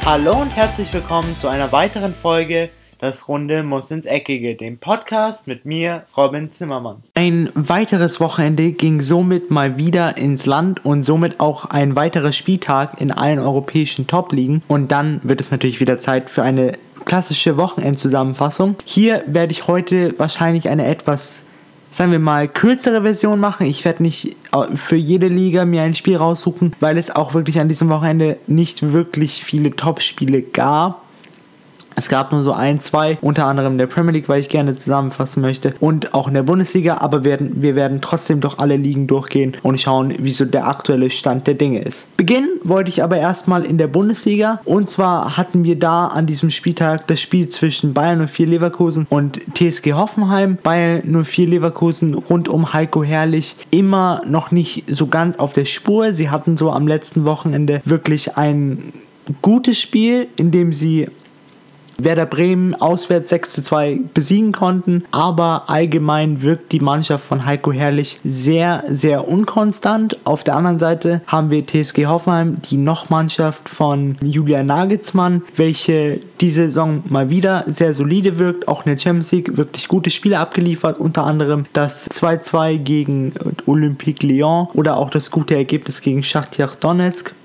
Hallo und herzlich willkommen zu einer weiteren Folge Das Runde muss ins Eckige, dem Podcast mit mir, Robin Zimmermann. Ein weiteres Wochenende ging somit mal wieder ins Land und somit auch ein weiterer Spieltag in allen europäischen Top-Ligen. Und dann wird es natürlich wieder Zeit für eine klassische Wochenendzusammenfassung. Hier werde ich heute wahrscheinlich eine etwas, sagen wir mal, kürzere Version machen. Ich werde nicht für jede Liga mir ein Spiel raussuchen, weil es auch wirklich an diesem Wochenende nicht wirklich viele Top-Spiele gab. Es gab nur so ein, zwei, unter anderem in der Premier League, weil ich gerne zusammenfassen möchte, und auch in der Bundesliga, aber wir werden trotzdem durch alle Ligen durchgehen und schauen, wie so der aktuelle Stand der Dinge ist. Beginnen wollte ich aber erstmal in der Bundesliga, und zwar hatten wir da an diesem Spieltag das Spiel zwischen Bayern 04 Leverkusen und TSG Hoffenheim. Bayern 04 Leverkusen rund um Heiko Herrlich immer noch nicht so ganz auf der Spur. Sie hatten so am letzten Wochenende wirklich ein gutes Spiel, in dem sie Werder Bremen auswärts 6:2 besiegen konnten, aber allgemein wirkt die Mannschaft von Heiko Herrlich sehr, sehr unkonstant. Auf der anderen Seite haben wir TSG Hoffenheim, die Noch-Mannschaft von Julian Nagelsmann, welche diese Saison mal wieder sehr solide wirkt, auch in der Champions League wirklich gute Spiele abgeliefert, unter anderem das 2:2 gegen Olympique Lyon oder auch das gute Ergebnis gegen Schachtar Donetsk.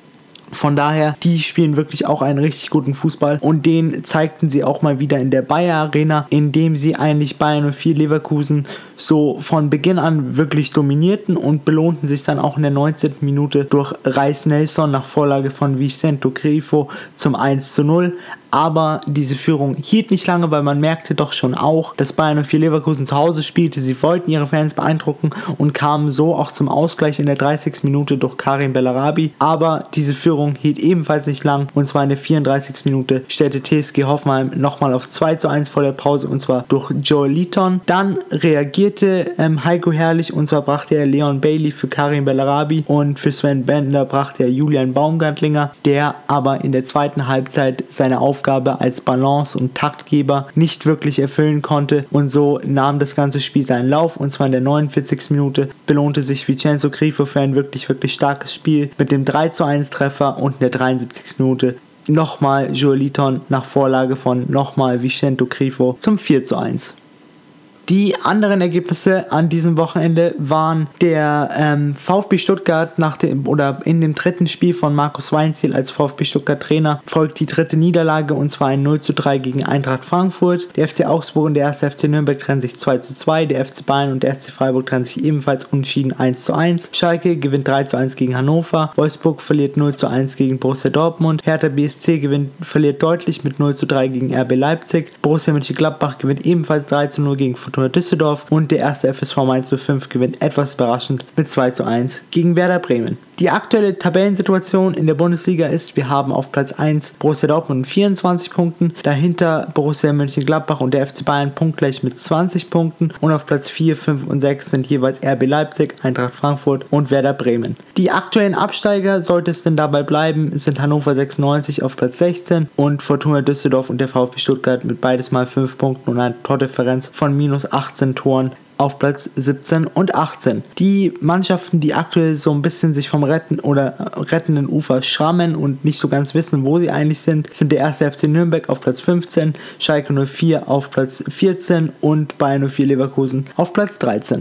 Von daher, die spielen wirklich auch einen richtig guten Fußball, und den zeigten sie auch mal wieder in der Bayer Arena, indem sie eigentlich Bayern 04 Leverkusen so von Beginn an wirklich dominierten und belohnten sich dann auch in der 19. Minute durch Reiss Nelson nach Vorlage von Vicente Grifo zum 1:0. Aber diese Führung hielt nicht lange, weil man merkte doch schon auch, dass Bayern 04 Leverkusen zu Hause spielte. Sie wollten ihre Fans beeindrucken und kamen so auch zum Ausgleich in der 30. Minute durch Karim Bellarabi. Aber diese Führung hielt ebenfalls nicht lang, und zwar in der 34. Minute stellte TSG Hoffenheim nochmal auf 2:1 vor der Pause, und zwar durch Joel Liton. Dann reagierte Heiko Herrlich, und zwar brachte er Leon Bailey für Karim Bellarabi, und für Sven Bender brachte er Julian Baumgartlinger, der aber in der zweiten Halbzeit seine Aufgabe als Balance- und Taktgeber nicht wirklich erfüllen konnte, und so nahm das ganze Spiel seinen Lauf, und zwar in der 49. Minute belohnte sich Vincenzo Grifo für ein wirklich, wirklich starkes Spiel mit dem 3:1 Treffer, und in der 73. Minute nochmal Joel Liton nach Vorlage von nochmal Vincenzo Grifo zum 4:1. Die anderen Ergebnisse an diesem Wochenende waren der VfB Stuttgart in dem dritten Spiel von Markus Weinzierl als VfB Stuttgart Trainer folgt die dritte Niederlage, und zwar ein 0:3 gegen Eintracht Frankfurt. Der FC Augsburg und der 1. FC Nürnberg trennen sich 2:2, der FC Bayern und der SC Freiburg trennen sich ebenfalls unentschieden 1:1. Schalke gewinnt 3:1 gegen Hannover, Wolfsburg verliert 0:1 gegen Borussia Dortmund, Hertha BSC verliert deutlich mit 0:3 gegen RB Leipzig, Borussia Mönchengladbach gewinnt ebenfalls 3:0 gegen Fortuna Düsseldorf, und der erste FSV Mainz 05 gewinnt etwas überraschend mit 2:1 gegen Werder Bremen. Die aktuelle Tabellensituation in der Bundesliga ist: Wir haben auf Platz 1 Borussia Dortmund mit 24 Punkten, dahinter Borussia Mönchengladbach und der FC Bayern punktgleich mit 20 Punkten, und auf Platz 4, 5 und 6 sind jeweils RB Leipzig, Eintracht Frankfurt und Werder Bremen. Die aktuellen Absteiger, sollte es denn dabei bleiben, sind Hannover 96 auf Platz 16 und Fortuna Düsseldorf und der VfB Stuttgart mit beides mal 5 Punkten und einer Tordifferenz von minus 18 Toren auf Platz 17 und 18. Die Mannschaften, die aktuell so ein bisschen sich vom rettenden Ufer schrammen und nicht so ganz wissen, wo sie eigentlich sind der 1. FC Nürnberg auf Platz 15, Schalke 04 auf Platz 14 und Bayern 04 Leverkusen auf Platz 13.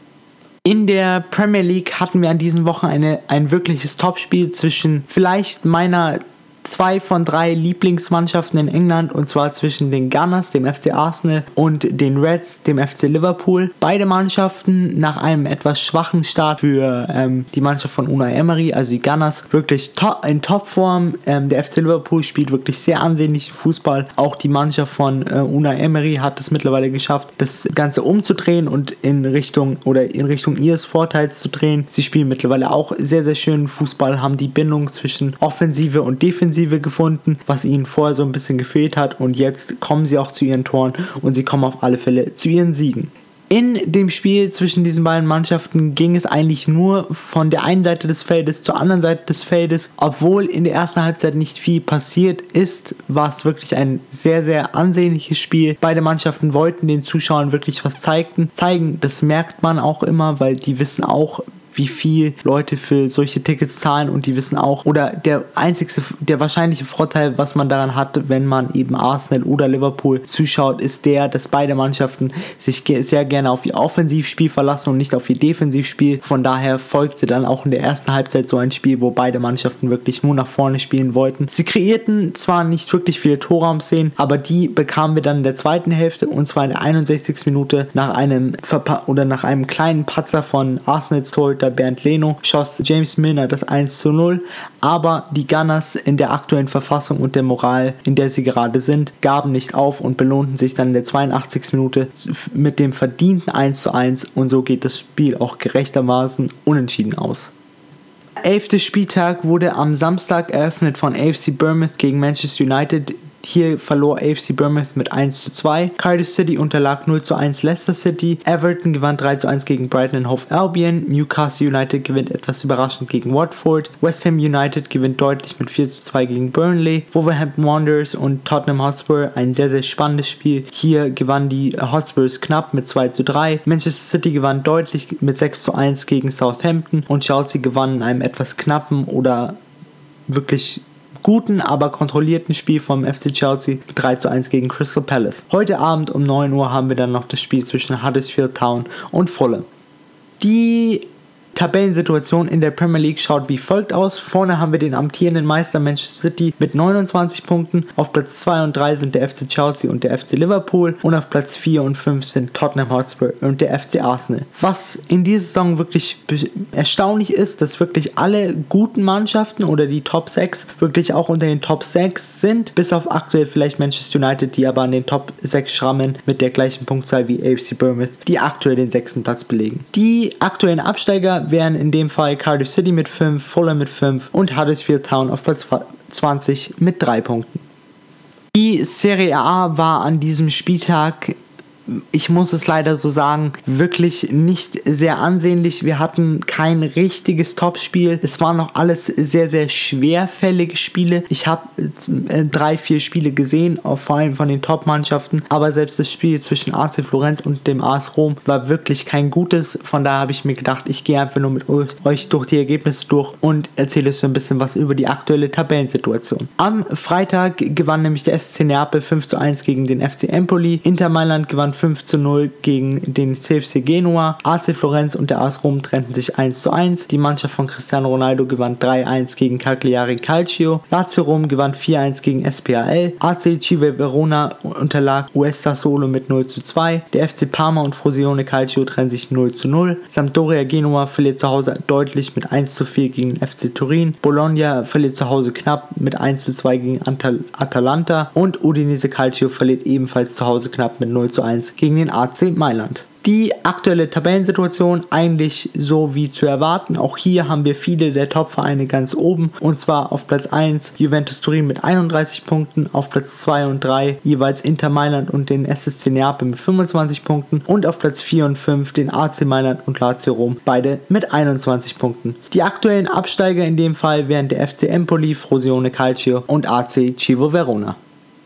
In der Premier League hatten wir an diesem Wochenende ein wirkliches Topspiel zwischen vielleicht meiner 2 von 3 Lieblingsmannschaften in England, und zwar zwischen den Gunners, dem FC Arsenal, und den Reds, dem FC Liverpool. Beide Mannschaften nach einem etwas schwachen Start für die Mannschaft von Unai Emery, also die Gunners, wirklich in Topform. Der FC Liverpool spielt wirklich sehr ansehnlichen Fußball. Auch die Mannschaft von Unai Emery hat es mittlerweile geschafft, das Ganze umzudrehen und in Richtung ihres Vorteils zu drehen. Sie spielen mittlerweile auch sehr, sehr schönen Fußball, haben die Bindung zwischen Offensive und Defensive gefunden, was ihnen vorher so ein bisschen gefehlt hat, und jetzt kommen sie auch zu ihren Toren und sie kommen auf alle Fälle zu ihren Siegen. In dem Spiel zwischen diesen beiden Mannschaften ging es eigentlich nur von der einen Seite des Feldes zur anderen Seite des Feldes. Obwohl in der ersten Halbzeit nicht viel passiert ist, war es wirklich ein sehr, sehr ansehnliches Spiel. Beide Mannschaften wollten den Zuschauern wirklich was zeigen. Das merkt man auch immer, weil die wissen auch, wie viel Leute für solche Tickets zahlen und die wissen auch, oder der wahrscheinliche Vorteil, was man daran hat, wenn man eben Arsenal oder Liverpool zuschaut, ist der, dass beide Mannschaften sich sehr gerne auf ihr Offensivspiel verlassen und nicht auf ihr Defensivspiel. Von daher folgte dann auch in der ersten Halbzeit so ein Spiel, wo beide Mannschaften wirklich nur nach vorne spielen wollten. Sie kreierten zwar nicht wirklich viele Torraumszenen, aber die bekamen wir dann in der zweiten Hälfte, und zwar in der 61. Minute nach einem kleinen Patzer von Arsenals Torhüter Bernd Leno schoss James Milner das 1:0, aber die Gunners in der aktuellen Verfassung und der Moral, in der sie gerade sind, gaben nicht auf und belohnten sich dann in der 82. Minute mit dem verdienten 1:1, und so geht das Spiel auch gerechtermaßen unentschieden aus. 11. Spieltag wurde am Samstag eröffnet von AFC Bournemouth gegen Manchester United. Hier verlor AFC Bournemouth mit 1:2. Cardiff City unterlag 0:1 Leicester City. Everton gewann 3:1 gegen Brighton & Hove Albion. Newcastle United gewinnt etwas überraschend gegen Watford. West Ham United gewinnt deutlich mit 4:2 gegen Burnley. Wolverhampton Wanderers und Tottenham Hotspur, ein sehr, sehr spannendes Spiel. Hier gewannen die Hotspurs knapp mit 2:3. Manchester City gewann deutlich mit 6:1 gegen Southampton und Chelsea gewann in einem etwas knappen oder wirklich guten, aber kontrollierten Spiel vom FC Chelsea 3:1 gegen Crystal Palace. Heute Abend um 9 Uhr haben wir dann noch das Spiel zwischen Huddersfield Town und Fulham. Die Tabellensituation in der Premier League schaut wie folgt aus. Vorne haben wir den amtierenden Meister Manchester City mit 29 Punkten. Auf Platz 2 und 3 sind der FC Chelsea und der FC Liverpool. Und auf Platz 4 und 5 sind Tottenham Hotspur und der FC Arsenal. Was in dieser Saison wirklich erstaunlich ist, dass wirklich alle guten Mannschaften oder die Top 6 wirklich auch unter den Top 6 sind. Bis auf aktuell vielleicht Manchester United, die aber an den Top 6 schrammen mit der gleichen Punktzahl wie AFC Bournemouth, die aktuell den 6. Platz belegen. Die aktuellen Absteiger wären in dem Fall Cardiff City mit 5, Fulham mit 5 und Huddersfield Town auf Platz 20 mit 3 Punkten. Die Serie A war an diesem Spieltag, ich muss es leider so sagen, wirklich nicht sehr ansehnlich. Wir hatten kein richtiges Topspiel. Es waren noch alles sehr, sehr schwerfällige Spiele. Ich habe 3-4 Spiele gesehen, vor allem von den Top-Mannschaften. Aber selbst das Spiel zwischen AC Florenz und dem AS Rom war wirklich kein gutes. Von daher habe ich mir gedacht, ich gehe einfach nur mit euch durch die Ergebnisse durch und erzähle euch so ein bisschen was über die aktuelle Tabellensituation. Am Freitag gewann nämlich der SC Neapel 5:1 gegen den FC Empoli. Inter Mailand gewann 5:0 gegen den CFC Genua. AC Florenz und der AS Rom trennten sich 1:1. Die Mannschaft von Cristiano Ronaldo gewann 3:1 gegen Cagliari Calcio. Lazio Rom gewann 4:1 gegen SPAL. AC Chievo Verona unterlag US Sassuolo mit 0:2. Der FC Parma und Frosinone Calcio trennen sich 0:0. Sampdoria Genua verliert zu Hause deutlich mit 1:4 gegen den FC Turin. Bologna verliert zu Hause knapp mit 1:2 gegen Atalanta. Und Udinese Calcio verliert ebenfalls zu Hause knapp mit 0:1 gegen den AC Mailand. Die aktuelle Tabellensituation eigentlich so wie zu erwarten. Auch hier haben wir viele der Top-Vereine ganz oben. Und zwar auf Platz 1 Juventus Turin mit 31 Punkten, auf Platz 2 und 3 jeweils Inter Mailand und den SSC Neapel mit 25 Punkten und auf Platz 4 und 5 den AC Mailand und Lazio Rom, beide mit 21 Punkten. Die aktuellen Absteiger in dem Fall wären der FC Empoli, Frosinone Calcio und AC Chievo Verona.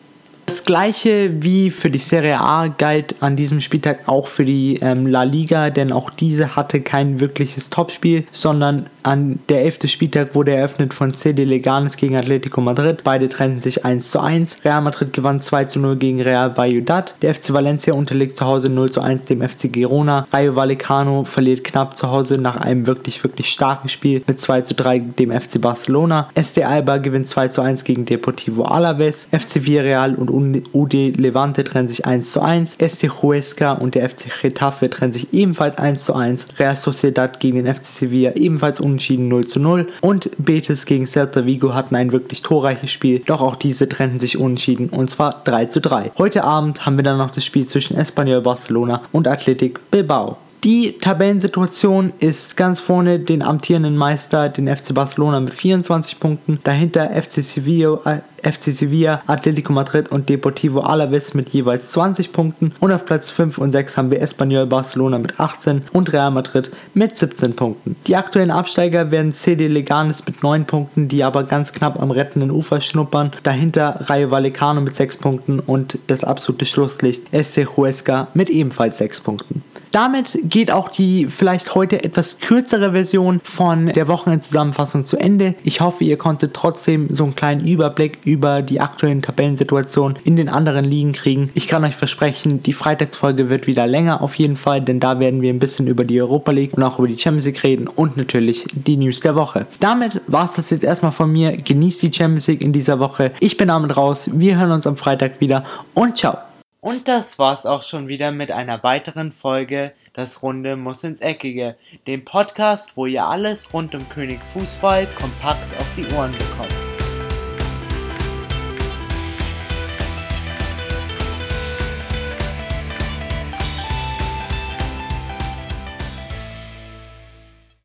Das gleiche wie für die Serie A galt an diesem Spieltag auch für die La Liga, denn auch diese hatte kein wirkliches Topspiel, sondern an der 11. Spieltag wurde eröffnet von CD Leganes gegen Atletico Madrid. Beide trennten sich 1:1. Real Madrid gewann 2:0 gegen Real Valladolid. Der FC Valencia unterliegt zu Hause 0:1 dem FC Girona. Rayo Vallecano verliert knapp zu Hause nach einem wirklich, wirklich starken Spiel mit 2:3 dem FC Barcelona. SD Alba gewinnt 2:1 gegen Deportivo Alaves. FC Villarreal und UD Levante trennen sich 1:1. SD Huesca und der FC Getafe trennen sich ebenfalls 1:1. Real Sociedad gegen den FC Sevilla ebenfalls unentschieden 0:0. Und Betis gegen Celta Vigo hatten ein wirklich torreiches Spiel, doch auch diese trennten sich unentschieden und zwar 3:3. Heute Abend haben wir dann noch das Spiel zwischen Espanyol Barcelona und Athletic Bilbao. Die Tabellensituation ist ganz vorne den amtierenden Meister, den FC Barcelona mit 24 Punkten, dahinter FC Sevilla FC Sevilla, Atletico Madrid und Deportivo Alavés mit jeweils 20 Punkten und auf Platz 5 und 6 haben wir Espanyol Barcelona mit 18 und Real Madrid mit 17 Punkten. Die aktuellen Absteiger werden CD Leganes mit 9 Punkten, die aber ganz knapp am rettenden Ufer schnuppern. Dahinter Rayo Vallecano mit 6 Punkten und das absolute Schlusslicht SC Huesca mit ebenfalls 6 Punkten. Damit geht auch die vielleicht heute etwas kürzere Version von der Wochenendzusammenfassung zu Ende. Ich hoffe, ihr konntet trotzdem so einen kleinen Überblick über die aktuellen Tabellensituationen in den anderen Ligen kriegen. Ich kann euch versprechen, die Freitagsfolge wird wieder länger auf jeden Fall, denn da werden wir ein bisschen über die Europa League und auch über die Champions League reden und natürlich die News der Woche. Damit war es das jetzt erstmal von mir. Genießt die Champions League in dieser Woche. Ich bin damit raus. Wir hören uns am Freitag wieder und ciao. Und das war's auch schon wieder mit einer weiteren Folge Das Runde muss ins Eckige, dem Podcast, wo ihr alles rund um König Fußball kompakt auf die Ohren bekommt.